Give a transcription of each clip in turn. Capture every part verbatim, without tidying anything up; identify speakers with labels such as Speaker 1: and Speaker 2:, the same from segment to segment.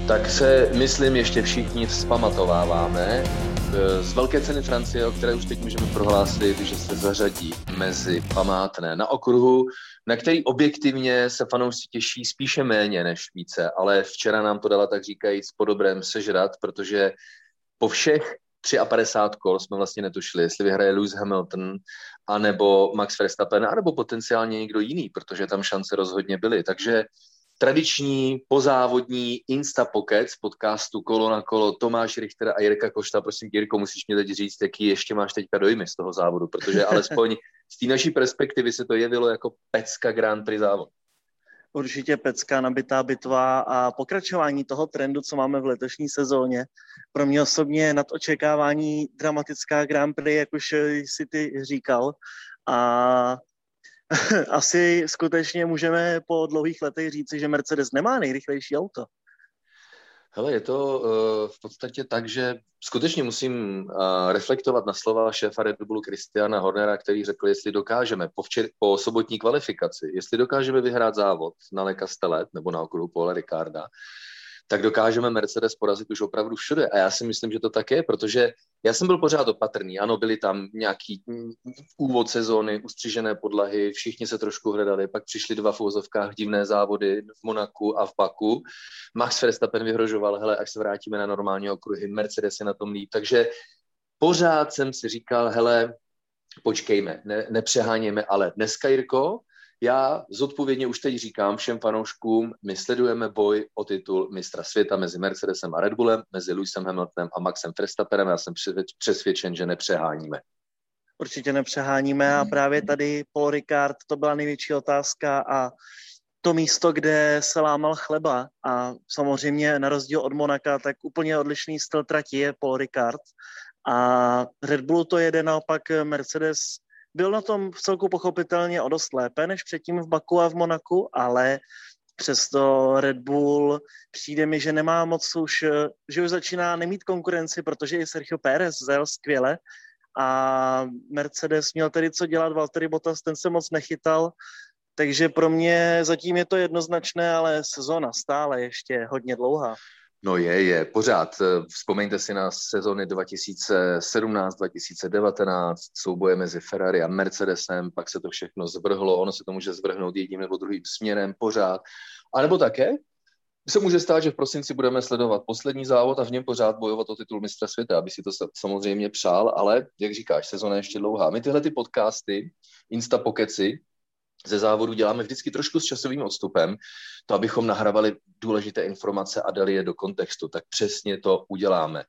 Speaker 1: Tak se, myslím, ještě všichni vzpamatováváme z velké ceny Francie, o které už teď můžeme prohlásit, že se zařadí mezi památné na okruhu, na který objektivně se fanoušci těší spíše méně než více, ale včera nám to dala, tak říkajíc, po dobrém sežrat, protože po všech padesát tři kol jsme vlastně netušili, jestli vyhraje Lewis Hamilton, anebo Max Verstappen, anebo potenciálně někdo jiný, protože tam šance rozhodně byly. Takže tradiční pozávodní Insta Pocket z podcastu Kolo na kolo Tomáš Richter a Jirka Košta. Prosím, Jirko, musíš mi teď říct, jaký ještě máš teďka dojmy z toho závodu, protože alespoň z té naší perspektivy se to jevilo jako pecka Grand Prix závod.
Speaker 2: Určitě pecka, nabitá bitva a pokračování toho trendu, co máme v letošní sezóně. Pro mě osobně nad očekávání dramatická Grand Prix, jak už jsi ty říkal. A asi skutečně můžeme po dlouhých letech říci, že Mercedes nemá nejrychlejší auto.
Speaker 1: Hele, je to uh, v podstatě tak, že skutečně musím uh, reflektovat na slova šéfa Red Bullu Christiana Hornera, který řekl, jestli dokážeme po, včer, po sobotní kvalifikaci, jestli dokážeme vyhrát závod na Le Castellet nebo na okruhu Paula Ricarda, tak dokážeme Mercedes porazit už opravdu všude. A já si myslím, že to tak je, protože já jsem byl pořád opatrný. Ano, byly tam nějaký úvod sezóny, ustřižené podlahy, všichni se trošku hledali, pak přišly dva v uvozovkách divné závody v Monaku a v Baku. Max Verstappen vyhrožoval, hele, až se vrátíme na normální okruhy, Mercedes je na tom líp. Takže pořád jsem si říkal, hele, počkejme, ne, nepřeháněme, ale dneska, Jirko, já zodpovědně už teď říkám všem fanouškům, my sledujeme boj o titul mistra světa mezi Mercedesem a Red Bullem, mezi Lewisem Hamiltonem a Maxem Verstappenem. Já jsem přesvědčen, že nepřeháníme.
Speaker 2: Určitě nepřeháníme a právě tady Paul Ricard, to byla největší otázka a to místo, kde se lámal chleba a samozřejmě na rozdíl od Monaka, tak úplně odlišný styl trati je Paul Ricard a Red Bullu to jede, naopak Mercedes byl na tom v celku pochopitelně o dost lépe než předtím v Baku a v Monaku, ale přesto Red Bull přijde mi, že nemá moc už, že už začíná nemít konkurenci, protože i Sergio Pérez zajel skvěle a Mercedes měl tedy co dělat, Valtteri Bottas, ten se moc nechytal, takže pro mě zatím je to jednoznačné, ale sezóna stále ještě hodně dlouhá.
Speaker 1: No je, je, pořád. Vzpomeňte si na sezóny dva tisíce sedmnáct dva tisíce devatenáct, souboje mezi Ferrari a Mercedesem, pak se to všechno zvrhlo, ono se to může zvrhnout jedním nebo druhým směrem pořád. A nebo také se může stát, že v prosinci budeme sledovat poslední závod a v něm pořád bojovat o titul mistra světa, aby si to samozřejmě přál, ale jak říkáš, sezóna je ještě dlouhá. My tyhle ty podcasty, Insta Pocketsy, ze závodu děláme vždycky trošku s časovým odstupem, to abychom nahrávali důležité informace a dali je do kontextu, tak přesně to uděláme.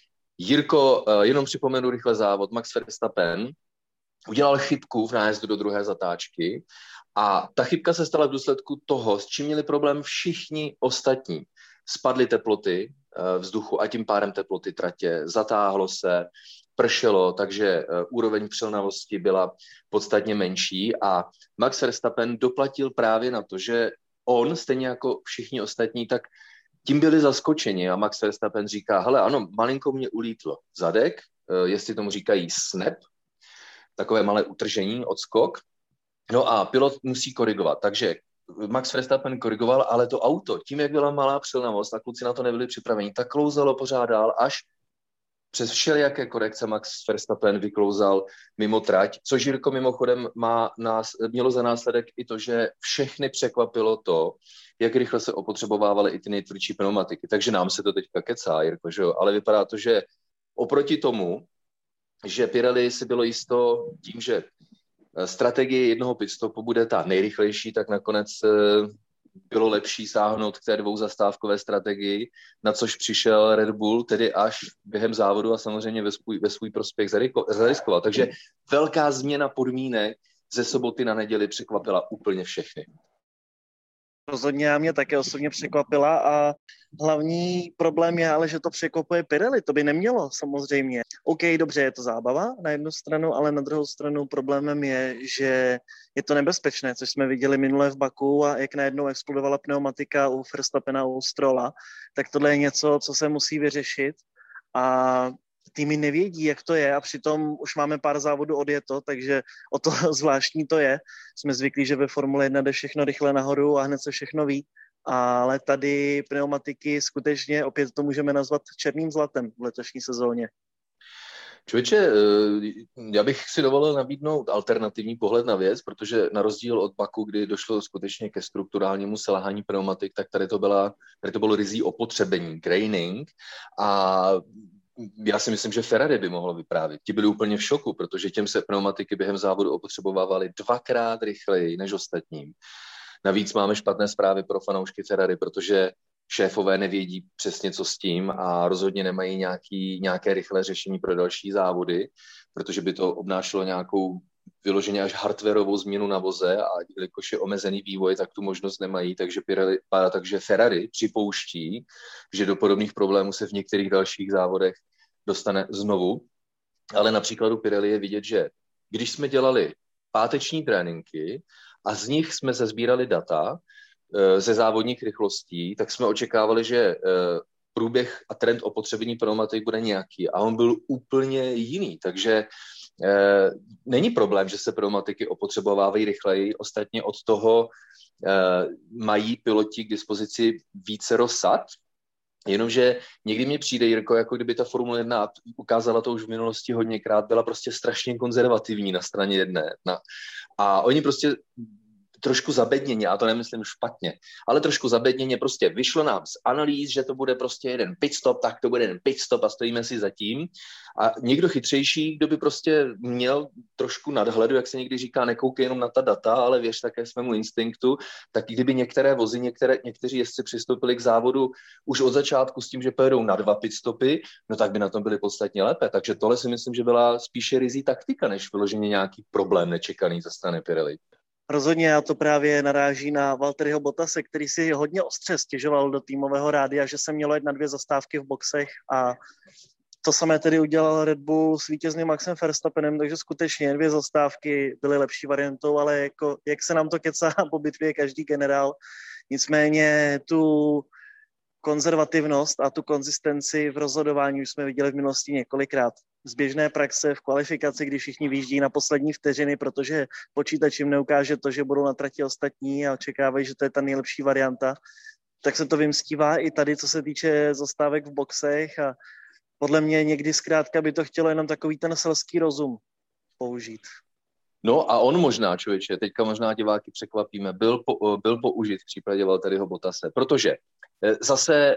Speaker 1: Jirko, jenom připomenu rychle závod, Max Verstappen udělal chybku v nájezdu do druhé zatáčky a ta chybka se stala v důsledku toho, s čím měli problém všichni ostatní. Spadly teploty vzduchu a tím pádem teploty tratě, zatáhlo se, pršelo, takže úroveň přilnavosti byla podstatně menší a Max Verstappen doplatil právě na to, že on, stejně jako všichni ostatní, tak tím byli zaskočeni a Max Verstappen říká, hele, ano, malinko mě ulítlo zadek, jestli tomu říkají snap, takové malé utržení, odskok, no a pilot musí korigovat, takže Max Verstappen korigoval, ale to auto, tím, jak byla malá přilnavost a kluci na to nebyli připraveni, tak klouzalo pořád dál, až přes všelijaké korekce Max Verstappen vyklouzal mimo trať, což, Jirko, mimochodem má nás, mělo za následek i to, že všechny překvapilo to, jak rychle se opotřebovávaly i ty nejtvrdší pneumatiky. Takže nám se to teďka kecá, Jirko, že jo? Ale vypadá to, že oproti tomu, že Pirelli si bylo jisto tím, že strategie jednoho pitstopu bude ta nejrychlejší, tak nakonec bylo lepší sáhnout k té dvouzastávkové strategii, na což přišel Red Bull, tedy až během závodu a samozřejmě ve svůj, ve svůj prospěch zariskoval. Takže velká změna podmínek ze soboty na neděli překvapila úplně všechny.
Speaker 2: Rozhodně mě také osobně překvapila a hlavní problém je ale, že to překvapuje Pirelli, to by nemělo samozřejmě. OK, dobře, je to zábava na jednu stranu, ale na druhou stranu problémem je, že je to nebezpečné, což jsme viděli minule v Baku a jak najednou explodovala pneumatika u Verstappena, u Strolla, tak tohle je něco, co se musí vyřešit a týmy nevědí, jak to je a přitom už máme pár závodů odjeto, takže o to zvláštní to je. Jsme zvyklí, že ve Formule jedna jde všechno rychle nahoru a hned se všechno ví, ale tady pneumatiky skutečně opět to můžeme nazvat černým zlatem v letošní sezóně.
Speaker 1: Člověče, já bych si dovolil nabídnout alternativní pohled na věc, protože na rozdíl od Baku, kdy došlo skutečně ke strukturálnímu selhání pneumatik, tak tady to, byla, tady to bylo rizí opotřebení, graining, a já si myslím, že Ferrari by mohlo vyprávět. Ti byli úplně v šoku, protože těm se pneumatiky během závodu opotřebovávaly dvakrát rychleji než ostatním. Navíc máme špatné zprávy pro fanoušky Ferrari, protože šéfové nevědí přesně, co s tím, a rozhodně nemají nějaký, nějaké rychlé řešení pro další závody, protože by to obnášelo nějakou vyloženě až hardwarovou změnu na voze, a jelikož je omezený vývoj, tak tu možnost nemají, takže, Pirelli, takže Ferrari připouští, že do podobných problémů se v některých dalších závodech dostane znovu. Ale na příkladu Pirelli je vidět, že když jsme dělali páteční tréninky a z nich jsme sesbírali data ze závodních rychlostí, tak jsme očekávali, že průběh a trend opotřebení pneumatik bude nějaký, a on byl úplně jiný. Takže eh, není problém, že se pneumatiky opotřebovávají rychleji. Ostatně od toho eh, mají piloti k dispozici více rozsad, jenomže někdy mi přijde, Jirko, jako kdyby ta Formule jedna, ukázala to už v minulosti hodněkrát, byla prostě strašně konzervativní na straně jedné. Na, a oni prostě trošku zabedněně, a to nemyslím špatně, ale trošku zabedněně prostě vyšlo nám z analýz, že to bude prostě jeden pitstop, tak to bude jeden pitstop a stojíme si za tím. A někdo chytřejší, kdo by prostě měl trošku nadhledu, jak se někdy říká, nekoukej jenom na ta data, ale věř také svému instinktu, tak kdyby některé vozy, některé, někteří jezdci přistoupili k závodu už od začátku s tím, že pojedou na dva pitstopy, no tak by na tom byli podstatně lépe. Takže tohle si myslím, že byla spíše rizí taktika, než vyloženě nějaký problém nečekaný ze strany Pirelli.
Speaker 2: Rozhodně, já to právě naráží na Valtteriho Bottase, který si hodně ostře stěžoval do týmového rádia, že se mělo jít na dvě zastávky v boxech, a to samé tedy udělal Red Bull s vítězným Maxem Verstappenem, takže skutečně dvě zastávky byly lepší variantou, ale jako, jak se nám to kecá po bitvě každý generál, nicméně tu konzervativnost a tu konzistenci v rozhodování už jsme viděli v minulosti několikrát. Z běžné praxe v kvalifikaci, když všichni vyjíždí na poslední vteřiny, protože počítač jim neukáže to, že budou na trati ostatní a očekávají, že to je ta nejlepší varianta, tak se to vymstívá i tady, co se týče zastávek v boxech, a podle mě někdy zkrátka by to chtělo jenom takový ten selský rozum použít.
Speaker 1: No a on možná, člověče, teďka možná diváky překvapíme, byl, po, byl použit v případě Valtteriho Bottase, protože zase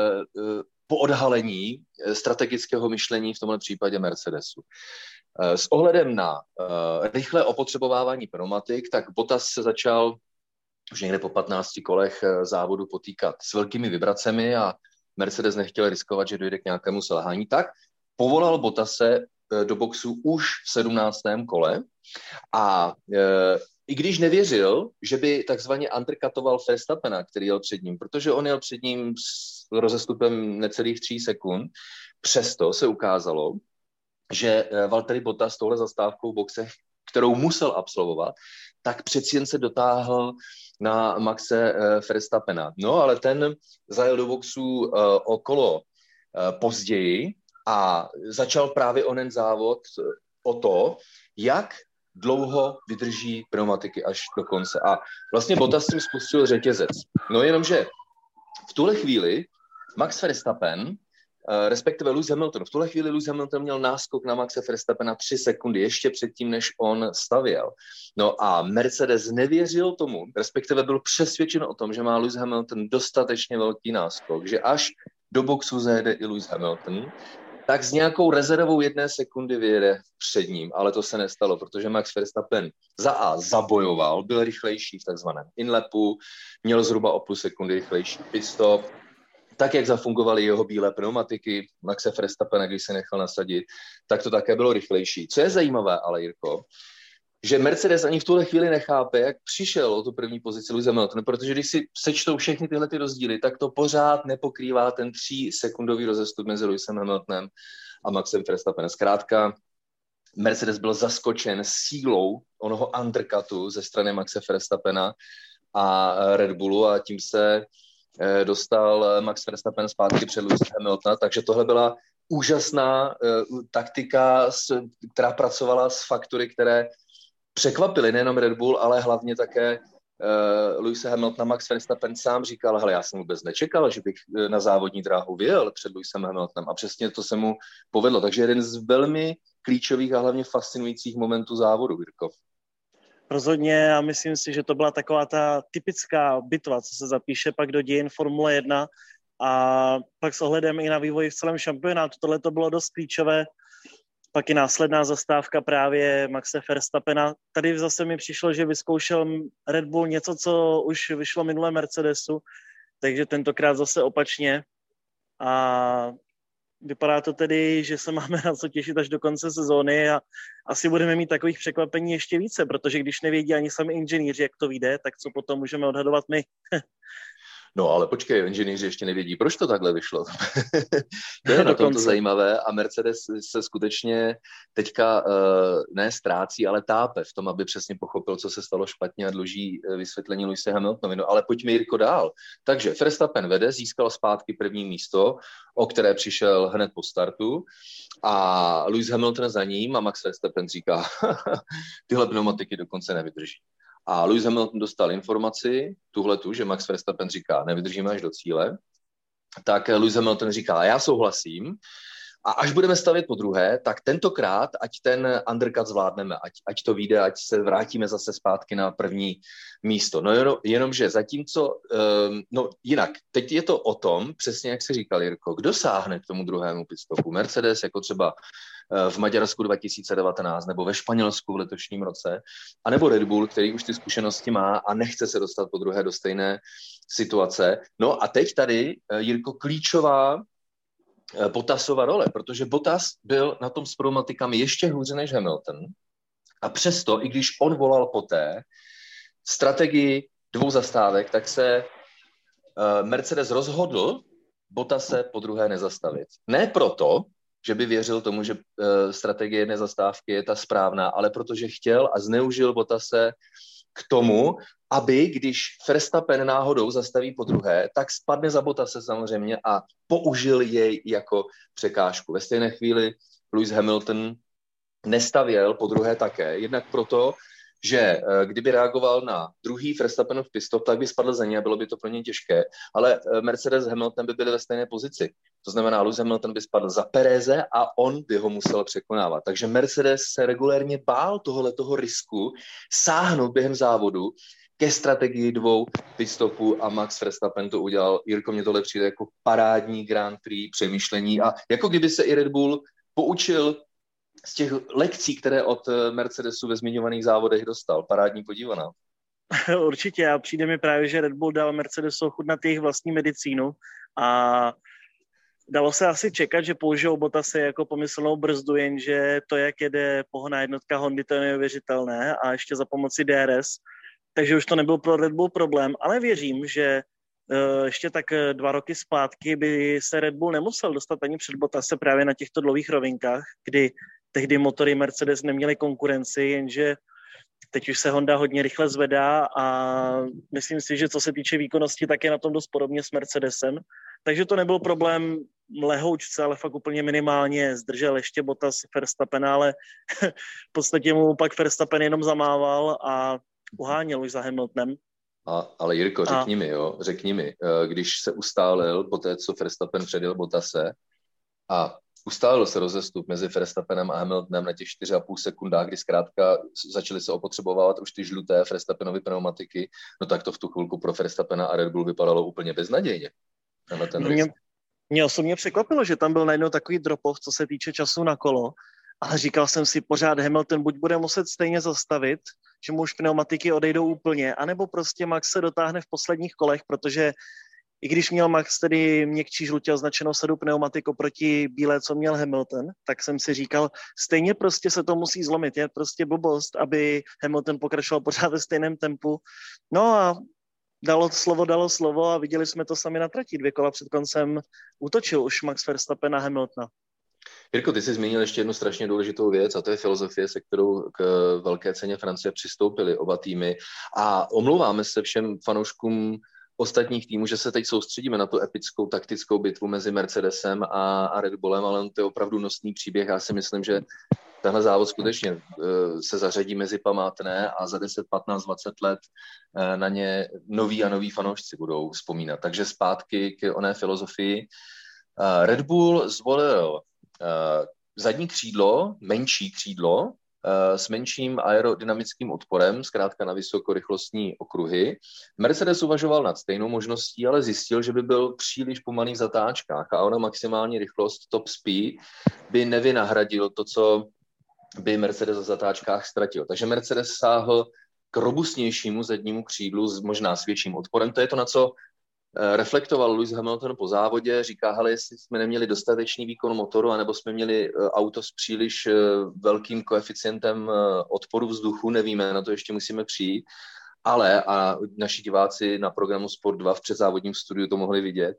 Speaker 1: po odhalení strategického myšlení v tomhle případě Mercedesu. S ohledem na rychlé opotřebovávání pneumatik, tak Bottas se začal už někde po patnácti kolech závodu potýkat s velkými vibracemi a Mercedes nechtěl riskovat, že dojde k nějakému selhání, tak povolal Bottase do boxu už v sedmnáctém kole, a i když nevěřil, že by takzvaně undercutoval Verstappena, který jel před ním, protože on jel před ním s rozestupem necelých tří sekund, přesto se ukázalo, že Valtteri Bottas touhle zastávkou v boxech, kterou musel absolvovat, tak přeci jen se dotáhl na Maxe Verstappena. No, ale ten zajel do boxu o kolo později a začal právě onen závod o to, jak dlouho vydrží pneumatiky až do konce. A vlastně Bottas tím spustil řetězec. No jenomže v tuhle chvíli Max Verstappen, respektive Lewis Hamilton, v tuhle chvíli Lewis Hamilton měl náskok na Maxe Verstappena tři sekundy, ještě předtím, než on stavěl. No a Mercedes nevěřil tomu, respektive byl přesvědčen o tom, že má Lewis Hamilton dostatečně velký náskok, že až do boxu zajede i Lewis Hamilton, tak s nějakou rezervou jedné sekundy vyjede před ním, ale to se nestalo, protože Max Verstappen za A zabojoval, byl rychlejší v takzvaném inlapu, měl zhruba o půl sekundy rychlejší pitstop, tak jak zafungovaly jeho bílé pneumatiky Maxe Verstappena, když se nechal nasadit, tak to také bylo rychlejší. Co je zajímavé, ale Jirko, že Mercedes ani v tuhle chvíli nechápe, jak přišel o tu první pozici Lewis Hamilton, protože když si sečtou všechny tyhle ty rozdíly, tak to pořád nepokrývá ten tří sekundový rozestup mezi Lewisem Hamiltonem a Maxem Verstappenem. Zkrátka, Mercedes byl zaskočen sílou onoho undercutu ze strany Maxe Verstappena a Red Bullu a tím se dostal Max Verstappen zpátky před Lewisem Hamiltona, takže tohle byla úžasná uh, taktika, s, která pracovala s faktory, které překvapily nejenom Red Bull, ale hlavně také uh, Lewise Hamiltona Max Verstappen sám říkal, hele, já jsem vůbec nečekal, že bych na závodní dráhu vyjel před Lewisem Hamiltonem a přesně to se mu povedlo. Takže jeden z velmi klíčových a hlavně fascinujících momentů závodu, Jirko.
Speaker 2: Rozhodně, já myslím si, že to byla taková ta typická bitva, co se zapíše pak do dějin Formule jedna a pak s ohledem i na vývoj v celém šampionátu. Tohle to bylo dost klíčové. Pak i následná zastávka právě Maxe Verstappena. Tady zase mi přišlo, že vyzkoušel Red Bull něco, co už vyšlo minulé Mercedesu, takže tentokrát zase opačně. A vypadá to tedy, že se máme na co těšit až do konce sezóny a asi budeme mít takových překvapení ještě více, protože když nevědí ani sami inženýři, jak to vyjde, tak co potom můžeme odhadovat my.
Speaker 1: No ale počkej, inženýři ještě nevědí, proč to takhle vyšlo. To je na tomto zajímavé a Mercedes se skutečně teďka uh, ne ztrácí, ale tápe v tom, aby přesně pochopil, co se stalo špatně a dluží vysvětlení Lewise Hamiltonovi. No ale pojďme, Jirko, dál. Takže Verstappen vede, získal zpátky první místo, o které přišel hned po startu a Lewis Hamilton za ním a Max Verstappen říká, tyhle pneumatiky dokonce nevydrží. A Lewis Hamilton dostal informaci, tuhletu, že Max Verstappen říká, nevydržíme až do cíle, tak Lewis Hamilton říká, já souhlasím a až budeme stavět po druhé, tak tentokrát, ať ten undercut zvládneme, ať, ať to vyjde, ať se vrátíme zase zpátky na první místo. No jenom, jenomže zatímco, um, no jinak, teď je to o tom, přesně jak se říkal Jirko, kdo sáhne k tomu druhému pitstopu. Mercedes, jako třeba v Maďarsku dva tisíce devatenáct nebo ve Španělsku v letošním roce, anebo Red Bull, který už ty zkušenosti má a nechce se dostat po druhé do stejné situace. No a teď tady, Jirko, klíčová Bottasova role, protože Bottas byl na tom s pneumatikami ještě hůře než Hamilton a přesto, i když on volal po té strategii dvou zastávek, tak se Mercedes rozhodl Bottase po druhé nezastavit. Ne proto, že by věřil tomu, že uh, strategie jedné zastávky je ta správná, ale protože chtěl a zneužil Bottase k tomu, aby, když Verstappen náhodou zastaví po druhé, tak spadne za Bottase samozřejmě a použil jej jako překážku. Ve stejné chvíli Lewis Hamilton nestavěl po druhé také, jednak proto, že kdyby reagoval na druhý Verstappenův pistop, tak by spadl za ně a bylo by to pro ně těžké. Ale Mercedes s Hamiltonem by byli ve stejné pozici. To znamená, Lewis Hamilton by spadl za Pereze a on by ho musel překonávat. Takže Mercedes se regulérně bál tohoto risku sáhnout během závodu ke strategii dvou pistopů a Max Verstappen to udělal. Jirko, mě tohle přijde jako parádní Grand Prix přemýšlení a jako kdyby se i Red Bull poučil z těch lekcí, které od Mercedesu ve zmiňovaných závodech dostal. Parádní podívaná.
Speaker 2: Určitě a přijde mi právě, že Red Bull dal Mercedesu chutnat jejich vlastní medicínu a dalo se asi čekat, že použijou Bottase jako pomyslnou brzdu, jenže to, jak jede pohonná jednotka Hondy, to je neuvěřitelné a ještě za pomoci D R S, takže už to nebyl pro Red Bull problém, ale věřím, že ještě tak dva roky zpátky by se Red Bull nemusel dostat ani před Bottase právě na těchto dlouhých rovinkách, kdy tehdy motory Mercedes neměly konkurenci, jenže teď už se Honda hodně rychle zvedá a myslím si, že co se týče výkonnosti, tak je na tom dost podobně s Mercedesem. Takže to nebyl problém lehoučce, ale fakt úplně minimálně zdržel ještě Bottas Verstappena, ale v podstatě mu pak Verstappen jenom zamával a uháněl už za Hamiltonem.
Speaker 1: A, ale Jirko, řekni a... mi, jo, řekni mi, když se ustálil po té, co Verstappen předjel Bottase a ustálil se rozestup mezi Verstappenem a Hamiltonem na těch čtyři a půl sekundách, kdy zkrátka začaly se opotřebovávat už ty žluté Verstappenovy pneumatiky, no tak to v tu chvilku pro Verstappena a Red Bull vypadalo úplně beznadějně.
Speaker 2: Mě, mě osobně překvapilo, že tam byl najednou takový drop-off, co se týče času na kolo, ale říkal jsem si pořád, Hamilton buď bude muset stejně zastavit, že mu už pneumatiky odejdou úplně, anebo prostě Max se dotáhne v posledních kolech, protože i když měl Max tedy měkčí žlutě označenou sadu pneumatik oproti bílé, co měl Hamilton, tak jsem si říkal, stejně prostě se to musí zlomit. Je prostě blbost, aby Hamilton pokračoval pořád ve stejném tempu. No a dalo slovo, dalo slovo a viděli jsme to sami na trati. Dvě kola před koncem útočil už Max Verstappen na Hamiltona.
Speaker 1: Jirko, ty jsi zmínil ještě jednu strašně důležitou věc a to je filozofie, se kterou k velké ceně Francie přistoupili oba týmy. A omlouváme se všem fanouškům ostatních týmů, že se teď soustředíme na tu epickou taktickou bitvu mezi Mercedesem a, a Red Bullem, ale to je opravdu nosný příběh. Já si myslím, že tenhle závod skutečně uh, se zařadí mezi památné a za deset, patnáct, dvacet let uh, na ně noví a noví fanoušci budou vzpomínat. Takže zpátky k oné filozofii. Uh, Red Bull zvolil uh, zadní křídlo, menší křídlo, s menším aerodynamickým odporem, zkrátka na vysokorychlostní okruhy. Mercedes uvažoval nad stejnou možností, ale zjistil, že by byl příliš pomalý v zatáčkách a ona maximální rychlost top speed by nevynahradil to, co by Mercedes v zatáčkách ztratil. Takže Mercedes sáhl k robustnějšímu zadnímu křídlu s možná s větším odporem. To je to, na co reflektoval Lewis Hamilton po závodě, říká, hele, jestli jsme neměli dostatečný výkon motoru, anebo jsme měli auto s příliš velkým koeficientem odporu vzduchu, nevíme, na to ještě musíme přijít, ale, a naši diváci na programu Sport dva v předzávodním studiu to mohli vidět,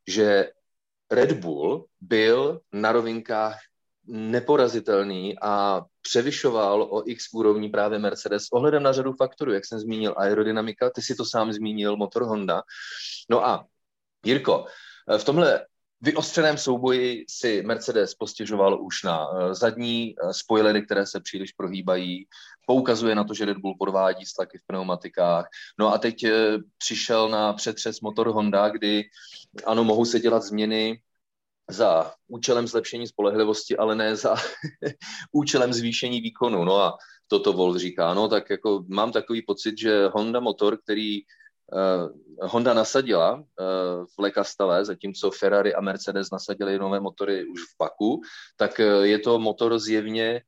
Speaker 1: že Red Bull byl na rovinkách neporazitelný a převyšoval o x úrovní právě Mercedes ohledem na řadu faktorů, jak jsem zmínil, aerodynamika, ty si to sám zmínil, motor Honda. No a Jirko, v tomhle vyostřeném souboji si Mercedes postěžoval už na zadní spoilery, které se příliš prohýbají, poukazuje na to, že Red Bull podvádí s tlaky v pneumatikách. No a teď přišel na přetřes motor Honda, kdy ano, mohou se dělat změny za účelem zlepšení spolehlivosti, ale ne za účelem zvýšení výkonu. No a toto Wolff říká, no tak jako mám takový pocit, že Honda motor, který uh, Honda nasadila uh, v Le Castellet, zatímco Ferrari a Mercedes nasadili nové motory už v Baku, tak uh, je to motor zjevně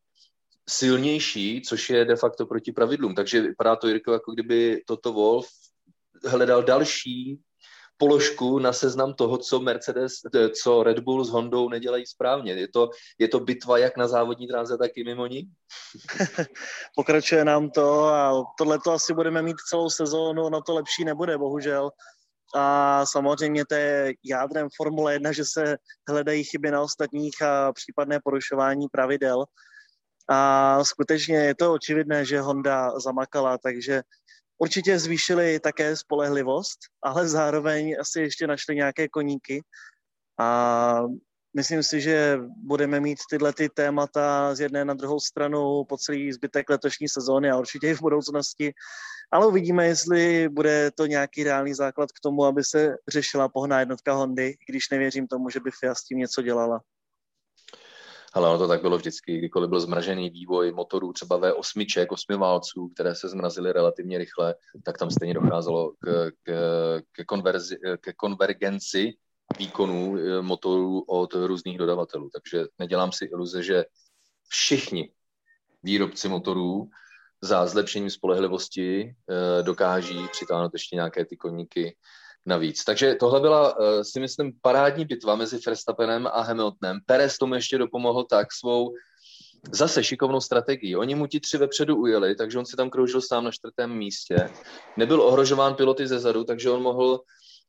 Speaker 1: silnější, což je de facto proti pravidlům. Takže vypadá to, Jirko, jako kdyby toto Wolff hledal další položku na seznam toho, co Mercedes, co Red Bull s Hondou nedělají správně. Je to, je to bitva jak na závodní dráze, tak i mimo ní?
Speaker 2: Pokračuje nám to a tohleto asi budeme mít celou sezónu, no to lepší nebude, bohužel. A samozřejmě to je jádrem Formule jedna, že se hledají chyby na ostatních a případné porušování pravidel. A skutečně je to očividné, že Honda zamakala, takže určitě zvýšili také spolehlivost, ale zároveň asi ještě našli nějaké koníky a myslím si, že budeme mít tyhle ty témata z jedné na druhou stranu po celý zbytek letošní sezóny a určitě i v budoucnosti, ale uvidíme, jestli bude to nějaký reálný základ k tomu, aby se řešila pohonná jednotka Hondy, když nevěřím tomu, že by F I A s tím něco dělala.
Speaker 1: Ale ono to tak bylo vždycky, kdykoliv byl zmražený vývoj motorů třeba V osm, osmiválců, které se zmrazily relativně rychle, tak tam stejně docházelo k, k, k, konverzi, ke konvergenci výkonů motorů od různých dodavatelů. Takže nedělám si iluze, že všichni výrobci motorů za zlepšením spolehlivosti dokáží přitáhnout ještě nějaké ty koníky navíc. Takže tohle byla, si myslím, parádní bitva mezi Verstappenem a Hamiltonem. Perez tomu ještě dopomohl tak svou zase šikovnou strategii. Oni mu ti tři vepředu ujeli, takže on si tam kroužil sám na čtvrtém místě. Nebyl ohrožován piloty zezadu, takže on mohl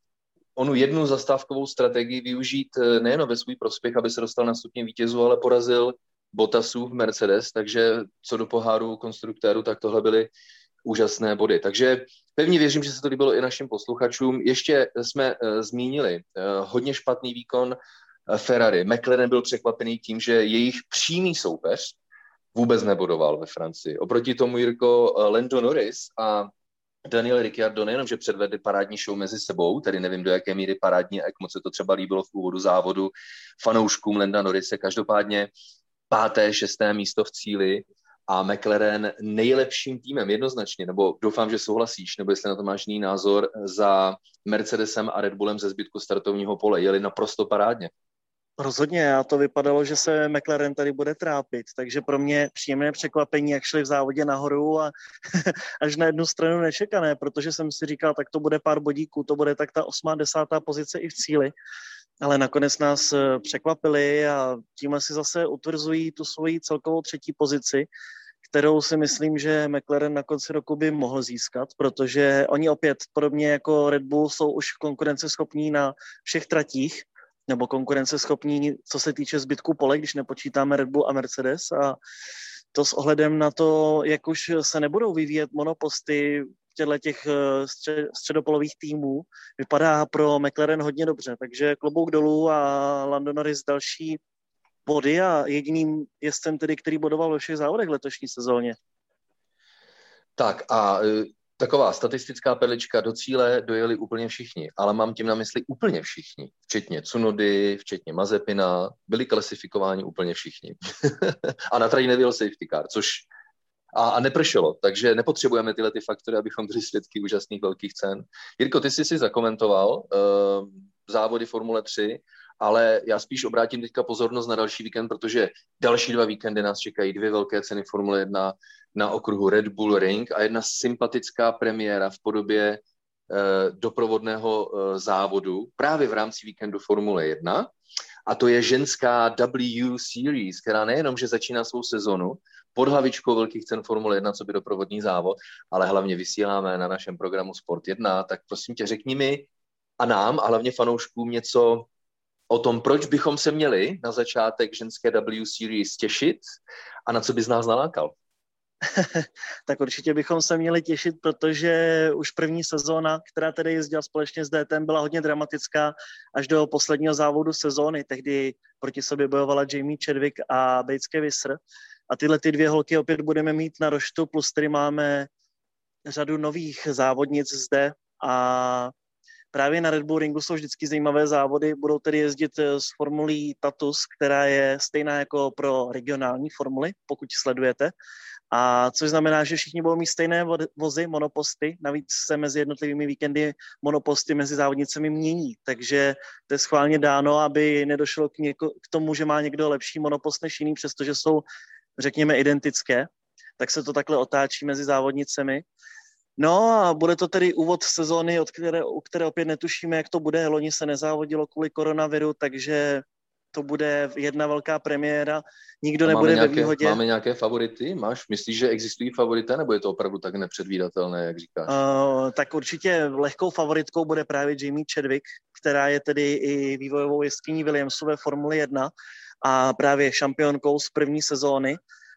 Speaker 1: onu jednu zastávkovou strategii využít nejen ve svůj prospěch, aby se dostal na stupně vítězů, ale porazil Bottasův Mercedes, takže co do poháru konstruktéru, tak tohle byly úžasné body. Takže pevně věřím, že se to líbilo i našim posluchačům. Ještě jsme uh, zmínili uh, hodně špatný výkon uh, Ferrari. McLaren byl překvapený tím, že jejich přímý soupeř vůbec nebodoval ve Francii. Oproti tomu, Jirko, uh, Lando Norris a Daniel Ricciardo nejenom, že předvedli parádní show mezi sebou, tedy nevím, do jaké míry parádní a jak moc se to třeba líbilo v úvodu závodu fanouškům Landa Norrise, každopádně páté, šesté místo v cíli a McLaren nejlepším týmem jednoznačně, nebo doufám, že souhlasíš, nebo jestli na to máš jiný názor, za Mercedesem a Red Bullem ze zbytku startovního pole. Jeli naprosto parádně.
Speaker 2: Rozhodně, a to vypadalo, že se McLaren tady bude trápit, takže pro mě příjemné překvapení, jak šli v závodě nahoru a až na jednu stranu nečekané, protože jsem si říkal, tak to bude pár bodíků, to bude tak ta osmá, desátá pozice i v cíli, ale nakonec nás překvapili a tím si zase utvrzují tu svoji celkovou třetí pozici, kterou si myslím, že McLaren na konci roku by mohl získat, protože oni opět, podobně jako Red Bull, jsou už konkurenceschopní na všech tratích, nebo konkurenceschopní, co se týče zbytku pole, když nepočítáme Red Bull a Mercedes. A to s ohledem na to, jak už se nebudou vyvíjet monoposty těchto těch středopolových týmů, vypadá pro McLaren hodně dobře. Takže klobouk dolů a Lando Norris další body a jediným jezdcem tedy, který bodoval ve všech závodech letošní sezóně.
Speaker 1: Tak a taková statistická perlička, do cíle dojeli úplně všichni, ale mám tím na mysli úplně všichni, včetně Tsunody, včetně Mazepina, byli klasifikováni úplně všichni. A na trati nebyl safety car, což a, a nepršelo, takže nepotřebujeme tyhle ty faktory, abychom byli svědky úžasných velkých cen. Jirko, ty jsi si zakomentoval uh, závody Formule tři, ale já spíš obrátím teďka pozornost na další víkend, protože další dva víkendy nás čekají dvě velké ceny Formule jedna na okruhu Red Bull Ring a jedna sympatická premiéra v podobě eh, doprovodného eh, závodu právě v rámci víkendu Formule jedna. A to je ženská W Series, která nejenom, že začíná svou sezonu pod hlavičkou velkých cen Formule jedna, co by doprovodný závod, ale hlavně vysíláme na našem programu Sport jedna. Tak prosím tě, řekni mi a nám a hlavně fanouškům něco o tom, proč bychom se měli na začátek ženské W Series těšit a na co bys nás nalákal.
Speaker 2: Tak určitě bychom se měli těšit, protože už první sezóna, která tedy jezdila společně s D T M, byla hodně dramatická až do posledního závodu sezóny. Tehdy proti sobě bojovala Jamie Chadwick a Bejtské Visser. A tyhle ty dvě holky opět budeme mít na roštu, plus tady máme řadu nových závodnic zde a právě na Red Bull Ringu jsou vždycky zajímavé závody. Budou tedy jezdit s formulí Tatus, která je stejná jako pro regionální formuly, pokud sledujete. A což znamená, že všichni budou mít stejné vozy, monoposty. Navíc se mezi jednotlivými víkendy monoposty mezi závodnicemi mění. Takže to je schválně dáno, aby nedošlo k, něko, k tomu, že má někdo lepší monopost než jiný, přestože jsou, řekněme, identické. Tak se to takhle otáčí mezi závodnicemi. No a bude to tedy úvod sezóny, od které, u které opět netušíme, jak to bude. Loni se nezávodilo kvůli koronaviru, takže to bude jedna velká premiéra. Nikdo nebude
Speaker 1: nějaké,
Speaker 2: ve výhodě.
Speaker 1: Máme nějaké favority? Máš? Myslíš, že existují favority, nebo je to opravdu tak nepředvídatelné, jak říkáš?
Speaker 2: Uh, tak určitě lehkou favoritkou bude právě Jamie Chadwick, která je tedy i vývojovou jezdkyní Williamsu ve Formuli jedna a právě šampionkou z první sezóny.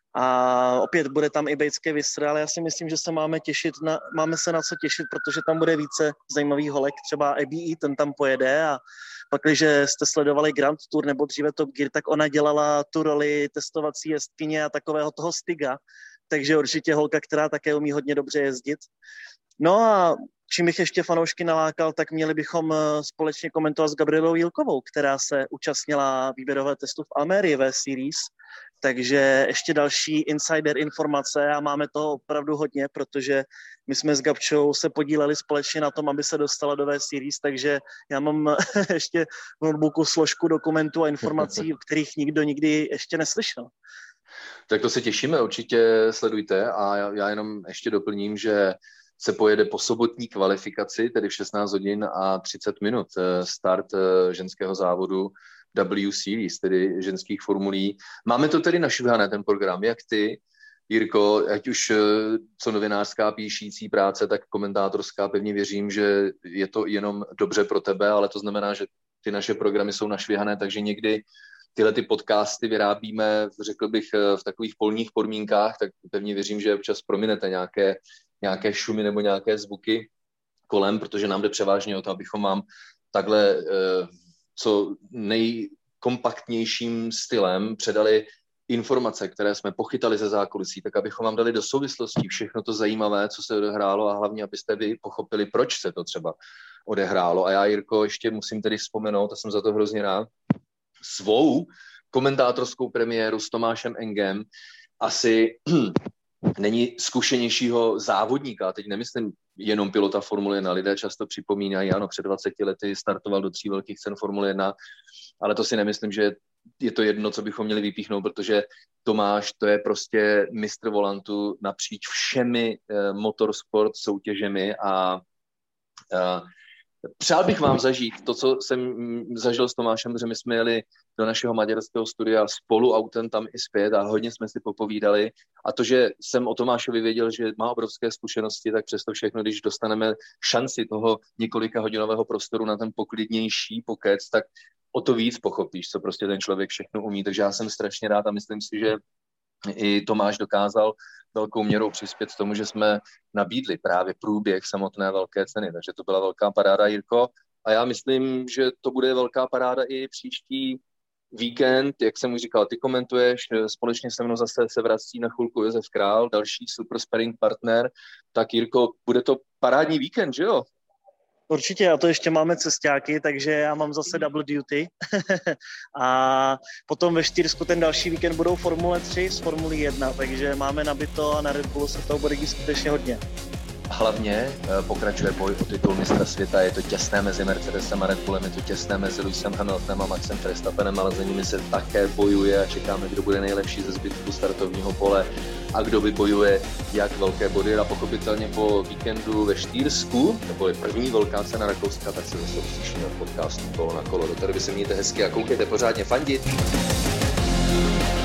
Speaker 2: A opět bude tam i Bejtské Visser, ale já si myslím, že se máme těšit na, máme se na co těšit, protože tam bude více zajímavých holek, třeba A B E, ten tam pojede a pak, když jste sledovali Grand Tour nebo dříve Top Gear, tak ona dělala tu roli testovací jezdkyně a takového toho Stiga, takže určitě holka, která také umí hodně dobře jezdit. No a čím bych ještě fanoušky nalákal, tak měli bychom společně komentovat s Gabrielou Jílkovou, která se účastnila výběrového testu v Almérii V Series, takže ještě další insider informace a máme toho opravdu hodně, protože my jsme s Gabčou se podíleli společně na tom, aby se dostala do V Series, takže já mám ještě v notebooku složku dokumentů a informací, o kterých nikdo nikdy ještě neslyšel.
Speaker 1: Tak to se těšíme, určitě sledujte a já, já jenom ještě doplním, že se pojede po sobotní kvalifikaci, tedy v šestnáct hodin a třicet minut start ženského závodu W Series, tedy ženských formulí. Máme to tedy našvihané, ten program, jak ty, Jirko, ať už co novinářská píšící práce, tak komentátorská, pevně věřím, že je to jenom dobře pro tebe, ale to znamená, že ty naše programy jsou našvihané, takže někdy tyhle ty podcasty vyrábíme, řekl bych, v takových polních podmínkách, tak pevně věřím, že občas prominete nějaké, nějaké šumy nebo nějaké zvuky kolem, protože nám jde převážně o to, abychom vám takhle co nejkompaktnějším stylem předali informace, které jsme pochytali ze zákulisí, tak abychom vám dali do souvislostí všechno to zajímavé, co se odehrálo a hlavně, abyste vy pochopili, proč se to třeba odehrálo. A já, Jirko, ještě musím tedy vzpomenout, a jsem za to hrozně rád, svou komentátorskou premiéru s Tomášem Engem. Asi není zkušenějšího závodníka, teď nemyslím jenom pilota Formule jedna, lidé často připomínají, ano, před dvaceti lety startoval do tří velkých cen Formule jedna, ale to si nemyslím, že je to jedno, co bychom měli vypíchnout, protože Tomáš, to je prostě mistr volantu napříč všemi eh, motorsport soutěžemi a eh, přál bych vám zažít to, co jsem zažil s Tomášem, že my jsme jeli do našeho maďarského studia spolu autem tam i zpět a hodně jsme si popovídali. A to, že jsem o Tomášovi věděl, že má obrovské zkušenosti, tak přesto všechno, když dostaneme šanci toho několika hodinového prostoru na ten poklidnější pokec, tak o to víc pochopíš, co prostě ten člověk všechno umí. Takže já jsem strašně rád a myslím si, že i Tomáš dokázal velkou měrou přispět k tomu, že jsme nabídli právě průběh samotné velké ceny. Takže to byla velká paráda, Jirko. A já myslím, že to bude velká paráda i příští víkend, jak jsem už říkal, ty komentuješ, společně se mnou zase se vrací na chvilku Josef Král, další super sparring partner. Tak Jirko, bude to parádní víkend, že jo?
Speaker 2: Určitě, a to ještě máme cestáky, takže já mám zase double duty. A potom ve Štýrsku ten další víkend budou Formule tři z Formule jedna, takže máme nabito a na Red Bullu se toho bude dít skutečně hodně.
Speaker 1: Hlavně pokračuje boj o titul mistra světa, je to těsné mezi Mercedesem a Red Bullem, je to těsné mezi Lewisem Hamiltonem a Maxem Verstappenem, ale za nimi se také bojuje a čekáme, kdo bude nejlepší ze zbytku startovního pole a kdo vybojuje jak velké body. A pochopitelně po víkendu ve Štýrsku, nebo je první velká cena Rakouska, tak se zase uslyšíme v podcastu Kolo na kolo. Do té doby se mějte hezky a koukejte pořádně fandit.